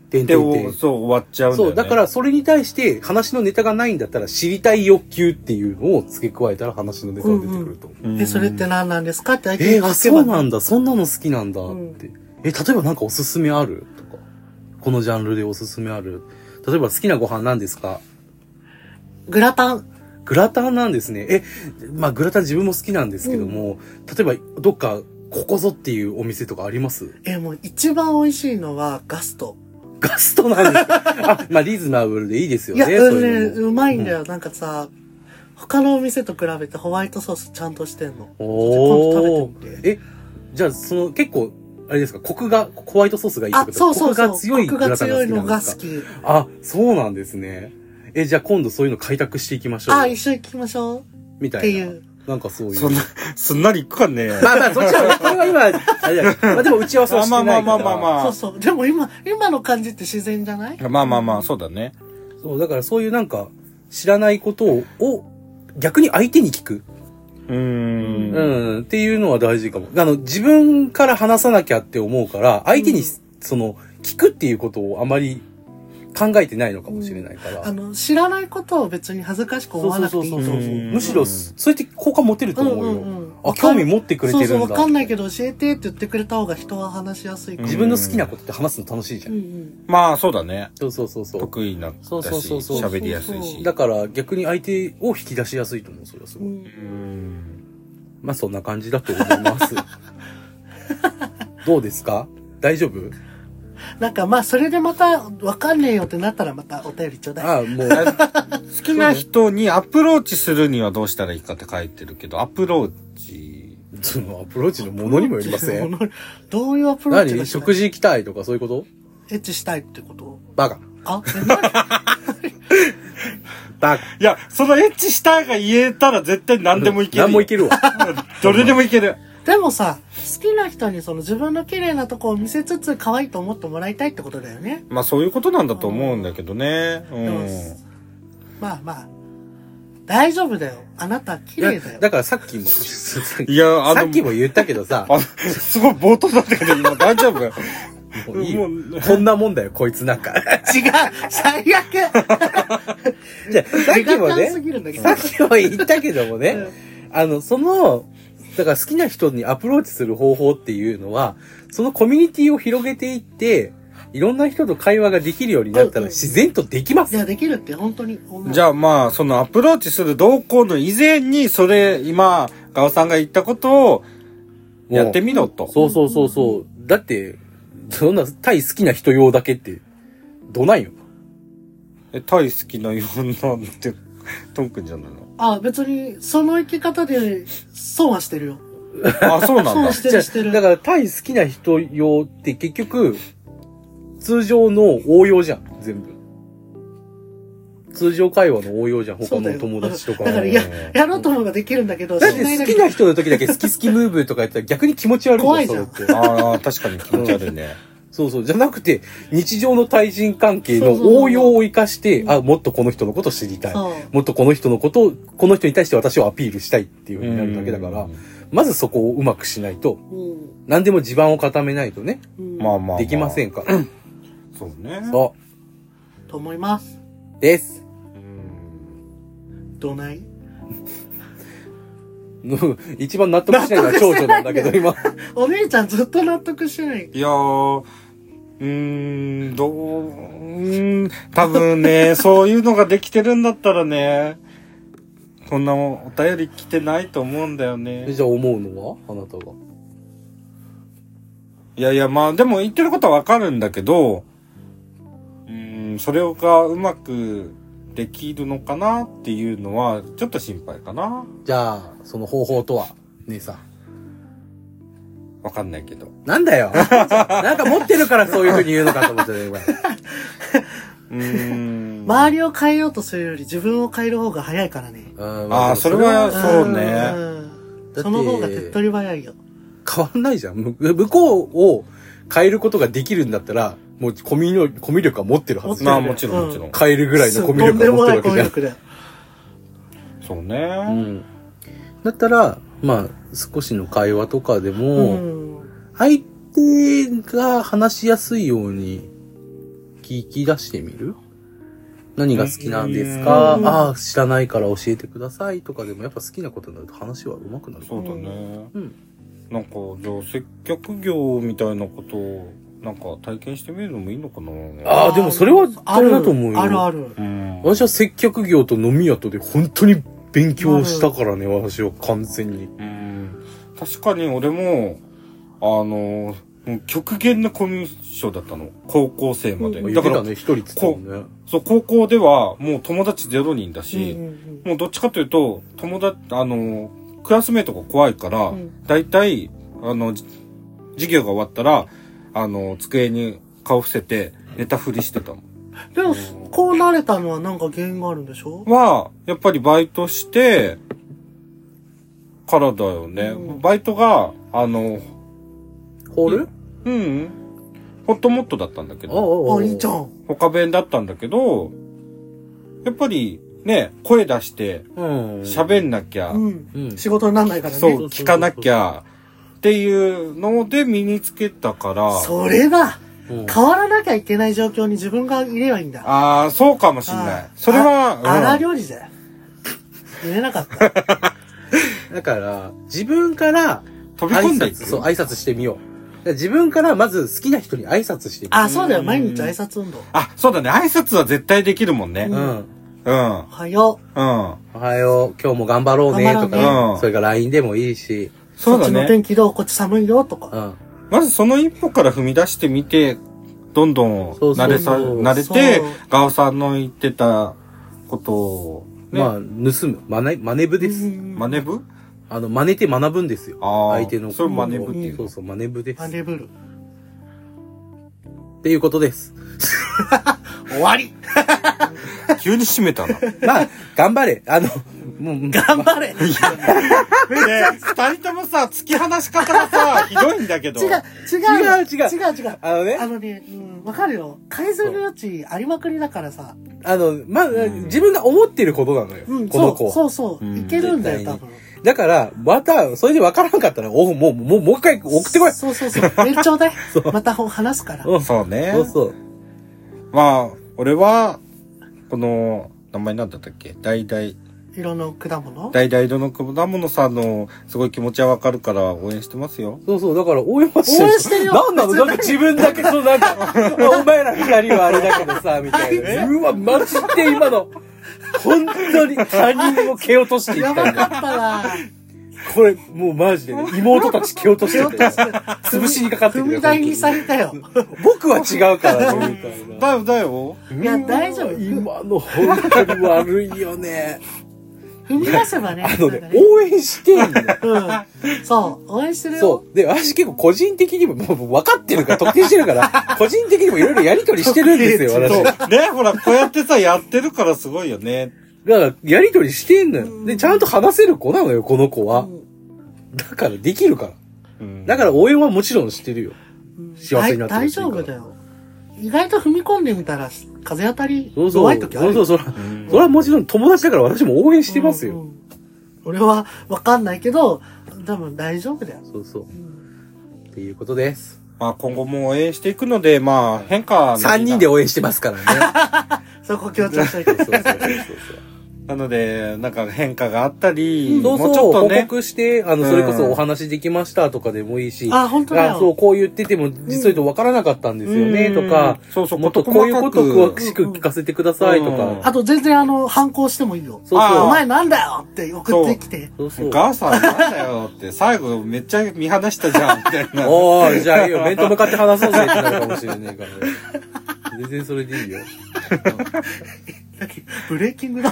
てんで、 てんてん。 そう、終わっちゃうんだよね。 そう、だからそれに対して話のネタがないんだったら知りたい欲求っていうのを付け加えたら話のネタが出てくると思う。 うんえ、それって何なんですかって相手えー、あ、 に聞けばそうなんだ。そんなの好きなんだって。 うんえ、例えばなんかおすすめあるとか。このジャンルでおすすめある。例えば好きなご飯何ですか？ グラタン。 グラタンなんですね。え、まあグラタン自分も好きなんですけども、例えばどっかここぞっていうお店とかあります？ え、もう一番美味しいのはガスト。 ガストなんですか？あ、まあリーズナブルでいいですよいや、 ね。 うんそういね、 うのもうまいんだよ。なんかさ、他のお店と比べてホワイトソースちゃんとしてんの。 お今度ー食べてみて。 え、じゃあその結構、あれですか、コクが、ホワイトソースがいいってあこ、とそうそうそう。 コクが強いグコクがラタンが好強いのきなんですか？ が好き。 あ、そうなんですね。え、じゃあ今度そういうの開拓していきましょう。 あ、一緒に行きましょう。 みたいな。 っていう。 なんかそういう。 そんな、すんなりいくかね。 まあまあ、そっちは、これは今、あれだよ。まあでも打ち合わせはしてないから。 まあまあまあまあまあそうそう。でも今、今の感じって自然じゃない？ まあまあまあ、そうだね。 そう、だからそういうなんか、知らないことを、を逆に相手に聞く。 うーん。 うん、っていうのは大事かも。あの、自分から話さなきゃって思うから、相手に、 うんその、聞くっていうことをあまり考えてないのかもしれないから。 あの、知らないことを別に恥ずかしく思わなくていいと思う。 そうそうそうそううんむしろ、そうやって好感持てると思うよ。 うんうんうんあ、興味持ってくれてるんだ。 そうそう、わかんないけど教えてって言ってくれた方が人は話しやすいから。 自分の好きなことって話すの楽しいじゃ。 うんんうん。 まあ、そうだね。 そうそうそうそう。 得意になったし、 そうそうそうそう喋りやすいし。 だから逆に相手を引き出しやすいと思う、それはすごい。 うんうーん。 まあそんな感じだと思います。どうですか？大丈夫？ なんかまあ、それでまた、わかんねえよってなったらまたお便りちょうだい。 ああ、もう、 好きな人にアプローチするにはどうしたらいいかって書いてるけど、アプローチ。 そのアプローチのものにもよりません？ どういうアプローチ何？食事行きたいとかそういうこと？ エッチしたいってことバカ。 あ、え何バカ。 いや、そのエッチしたいが言えたら絶対何でもいける。 何もいけるわ。 どれでもいける。 でもさ、好きな人にその自分の綺麗なとこを見せつつ可愛いと思ってもらいたいってことだよね。 まあそういうことなんだと思うんだけどね。うでもん。 まあまあ、大丈夫だよ。あなた綺いや麗だよ。 だからさっきも、 いや、あの、 さっきも言ったけどさ、 あすごい冒頭だったけど、今大丈夫もういいよもうこんなもんだよ、こいつなんか。 違う最悪じゃあ、さっきもねす、ぎるんだけどさっきも言ったけどもね、あの、その、だから好きな人にアプローチする方法っていうのは、そのコミュニティを広げていって、いろんな人と会話ができるようになったら自然とできます。 いや、できるって本当に思う。 じゃあまあ、そのアプローチする動向の以前に、それ、今、ガオさんが言ったことをやってみろと。 そうそうそうそう。だって、そんな対好きな人用だけって、どないよ。 え、タイ好きなようなんて、トンくんじゃないのあ、別に、その生き方で損はしてるよ。 あ、そうなんだ損。してるしてる。 だから対好きな人用って結局、通常の応用じゃん、全部。通常会話の応用じゃん、他の友達とか。 だから、や、やろうと思えばできるんだけど、 だってしないだけ好きな人の時だけ好き好きムーブとか言ったら逆に気持ち悪い怖いじゃんそれって。 ああ、確かに気持ち悪いね。 そうそう。じゃなくて、日常の対人関係の応用を活かして、あ、もっとこの人のことを知りたい。 そうもっとこの人のことを、この人に対して私をアピールしたいっていう風になるだけだから、まずそこをうまくしないと、 うん何でも地盤を固めないとね、 うんまあまあまあ。 できませんから。 そうね。 そと思います。 う。です。 どないうん一番納得しないのは長女なんだけど、今。 お姉ちゃんずっと納得してない。 いやー、うーん、どう、うーん、多分ね、そういうのができてるんだったらね、こんなお便り来てないと思うんだよね。 じゃあ思うのはあなたが。 いやいや、まあでも言ってることはわかるんだけど、うーん、それがうまくできるのかなっていうのは、ちょっと心配かな。 じゃあ、その方法とは、姉さん。 わかんないけど。 なんだよ。なんか持ってるからそういう風に言うのかと思ってたよ、今。 うーん。 周りを変えようとするより自分を変える方が早いからね。 ああ、それはそうね。 うんその方が手っ取り早いよ。 変わんないじゃん。む向こうを変えることができるんだったら、もうコミュ力、コミュ力は持ってるはず。 まあもちろんもちろん。 変えるぐらいのコミュ力は持ってるわけじゃん。 とんでもないコミュ力だよ。 そううね。 ん。だったら、まあ、少しの会話とかでも、 うん相手が話しやすいように聞き出してみる？何が好きなんですか？ うんああ、知らないから教えてくださいとかでもやっぱ好きなことになると話は上手くなる。 そうだね。 うん。 なんか、じゃあ、接客業みたいなことを、なんか体験してみるのもいいのかな。 ああ、でもそれはあれだと思うよ。 あるある。 うん。 私は接客業と飲み屋とで本当に勉強したからね、私は完全に。 うん。確かに俺も、あの、極限なコミュ障だったの。高校生まで。 うん、 だから、 ね、一人つったもんね。 そう、高校ではもう友達ゼロ人だし、 うんうんうん、 もうどっちかというと、友達、あの、クラスメイトが怖いから、だいたい、あの、授業が終わったら、あの、机に顔伏せて寝たふりしてたの。 でも、こうなれたのはなんか原因があるんでしょ？ は、やっぱりバイトして、からだよね。うん、バイトが、あの、 ホール？ うん。ホットモットだったんだけど。あ、いいじゃん。 他弁だったんだけど、やっぱりね、声出して、喋んなきゃ、 うんうん、仕事にならないからね。 そう、聞かなきゃ、っていうので身につけたから。 それだ、うん、変わらなきゃいけない状況に自分がいればいいんだ。 ああ、そうかもしんない。それは、 荒料理で。入れなかった。 だから、自分から飛び込んでいく。 そう、挨拶してみよう。自分からまず好きな人に挨拶してみよう。 あ、そうだよ。毎日挨拶運動。 あ、そうだね。挨拶は絶対できるもんね。うん。うん。 おはよう。うん。 おはよう。今日も頑張ろうね。とか、うん。それから ライン でもいいし。 そうだね。そっちの天気どう？こっち寒いよ。とか。うん。 まずその一歩から踏み出してみて、どんどん慣れさ、慣れて、ガオさんの言ってたことを、 ね、まあ、盗む。真似、真似部です。 真似部？ あの、真似て学ぶんですよ。 ああ。 相手の。 それ真似部っていう。 そうそう、真似部です。 真似部る。 っていうことです。 終わり急に締めたな。 まあ、頑張れ。あの、 もう、頑張れ。 ねえ、二人ともさ、突き放し方がさ、ひどいんだけど。 違う、違う、 違う、違う。 違う、違う。 あのね。 あのね、うん、わかるよ。改善の余地ありまくりだからさ。 あの、まあ、自分が思ってることなのよ。 うん、 この子。 そうそうそう。いけるんだよ、多分。 だから、また、それで分からなかったら、おもう、もう、もう一回送ってこい。 そうそうそう。メールちょうだい。また話すから。 そうね。 そうそう。 まあ、俺は、この、名前なんだったっけ？だいだい。 色の果物？ だいだい色の果物さんの、すごい気持ちはわかるから応援してますよ。 そうそう、だから応援はしてる。応援してるよ。 なんなの？なんか自分だけ、そうなんか、お前ら二人はあれだけどさ、みたいな。うわ、マジで今の。本当に他人を蹴落としていったんだ。 やばかったな。 これ、もうマジでね、妹たち蹴落としてたよ。潰しにかかってる。 踏み台にされたよ。 僕は違うからね、みたいな。 だよ、だよ。 いや、大丈夫。 今の本当に悪いよね。 踏み出せばね。 あのね、応援してんの。 うん。そう、応援してるよ。 そう。で、私結構個人的にも、もう分かってるから、特定してるから、個人的にもいろいろやりとりしてるんですよ、私。 ね、ほら、こうやってさ、やってるからすごいよね。 だから、やりとりしてんのよ。で、ちゃんと話せる子なのよ、この子は。だから、できるから。だから、応援はもちろんしてるよ。幸せになって大丈夫だよ。意外と踏み込んでみたら、風当たり弱い時ある。 そうそうそう。それはもちろん友達だから私も応援してますよ。 俺はわかんないけど、多分大丈夫だよ。 そうそう。っていうことです。 まあ今後も応援していくので、まあ変化。 さんにんで応援してますからね。 そこ強調しといて。そうそうそうそう。 なので、なんか変化があったり、 そうそう、もうちょっとね、報告して、あの、それこそお話できましたとかでもいいし、 あ、本当だよ。 あ、そう、こう言ってても、実は言うと分からなかったんですよね、とか、 そうそう、 もっとこういうことを詳しく聞かせてくださいとか。 あと全然あの、反抗してもいいよ。そうそう。お前なんだよって送ってきて。 そうそう。ガーさんなんだよって、最後めっちゃ見放したじゃん、みたいな。 おー、じゃあいいよ、面と向かって話そうぜってなるかもしれないからね。全然それでいいよ。 ブレーキングだ。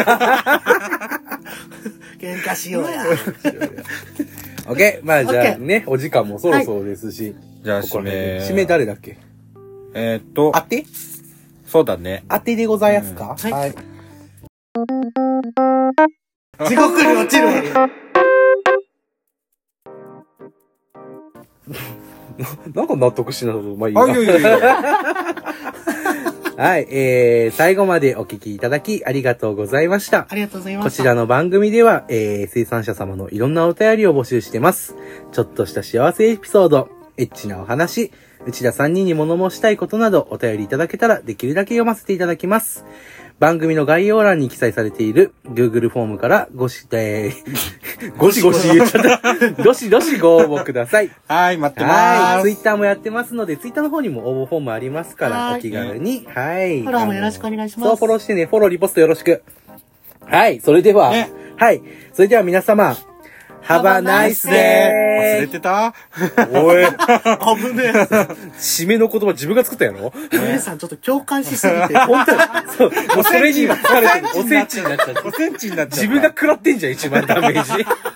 喧嘩しようや。 オッケー。まあじゃあね、お時間もそろそろですし。 じゃあ締め。 締め誰だっけ？ えっと。 当て？ そうだね。 当てでございますか？はい。 地獄に落ちる。 なんか納得しなさそう。まあいいわ。あ、いやいやいや。 はい、えー、最後までお聞きいただきありがとうございました。 ありがとうございました。 こちらの番組では、えー、生産者様のいろんなお便りを募集してます。ちょっとした幸せエピソード、エッチなお話、 内田さんにんに物申したいことなどお便りいただけたらできるだけ読ませていただきます。番組の概要欄に記載されている Google フォームからごし、えー、ごしごし言っちゃった。どしどしご応募ください。 はい、待ってまはい。 ーす。 ツイッターもやってますので、ツイッターの方にも応募フォームありますから、 はいお気軽に。はい。 フォローもよろしくお願いしますそう、フォローしてね、フォロー、リポストよろしく。はい。それでは、 ねはい。それでは皆様、Have a nice 忘れ day! てたおい。 危ねえ。 締めの言葉自分が作ったやろお姉さんちょっと共感しすぎて。 本当そう。もうそれに今疲れてる。おせんちになっちゃって。 おセンチになっちゃった。 自分が食らってんじゃん、一番ダメージ。